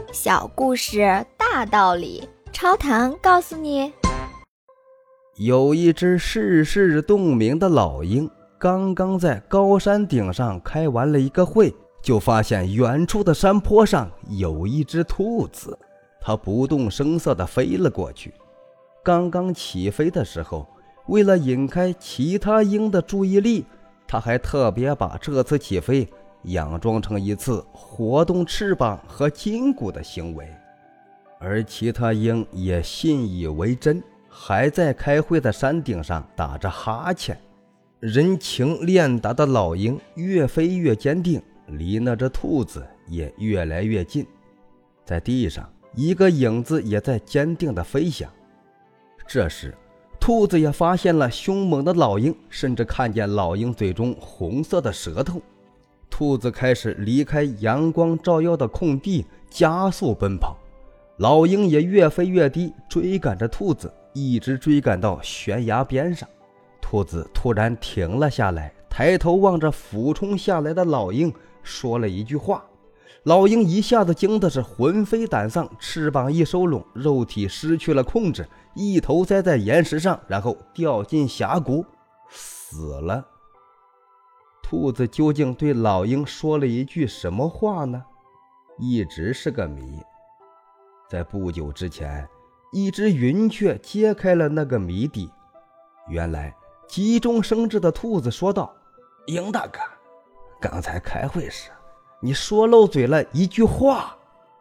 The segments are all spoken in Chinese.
小故事大道理，超糖告诉你。 有一只世事洞明的老鹰，刚刚在高山顶上开完了一个会，就发现远处的山坡上有一只兔子。它不动声色地飞了过去。刚刚起飞的时候，为了引开其他鹰的注意力，它还特别把这次起飞佯装成一次活动翅膀和筋骨的行为，而其他鹰也信以为真，还在开会的山顶上打着哈欠。人情练达的老鹰越飞越坚定，离那只兔子也越来越近。在地上，一个影子也在坚定地飞翔。这时，兔子也发现了凶猛的老鹰，甚至看见老鹰嘴中红色的舌头。兔子开始离开阳光照耀的空地，加速奔跑。老鹰也越飞越低，追赶着兔子，一直追赶到悬崖边上。兔子突然停了下来，抬头望着俯冲下来的老鹰，说了一句话。老鹰一下子惊的是魂飞胆丧，翅膀一收拢，肉体失去了控制，一头栽在岩石上，然后掉进峡谷，死了。兔子究竟对老鹰说了一句什么话呢？一直是个谜。在不久之前，一只云雀揭开了那个谜底。原来急中生智的兔子说道：鹰大哥，刚才开会时你说漏嘴了一句话。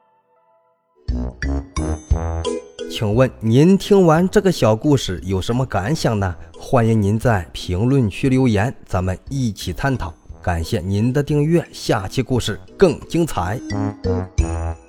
请问您听完这个小故事有什么感想呢？欢迎您在评论区留言，咱们一起探讨。感谢您的订阅，下期故事更精彩。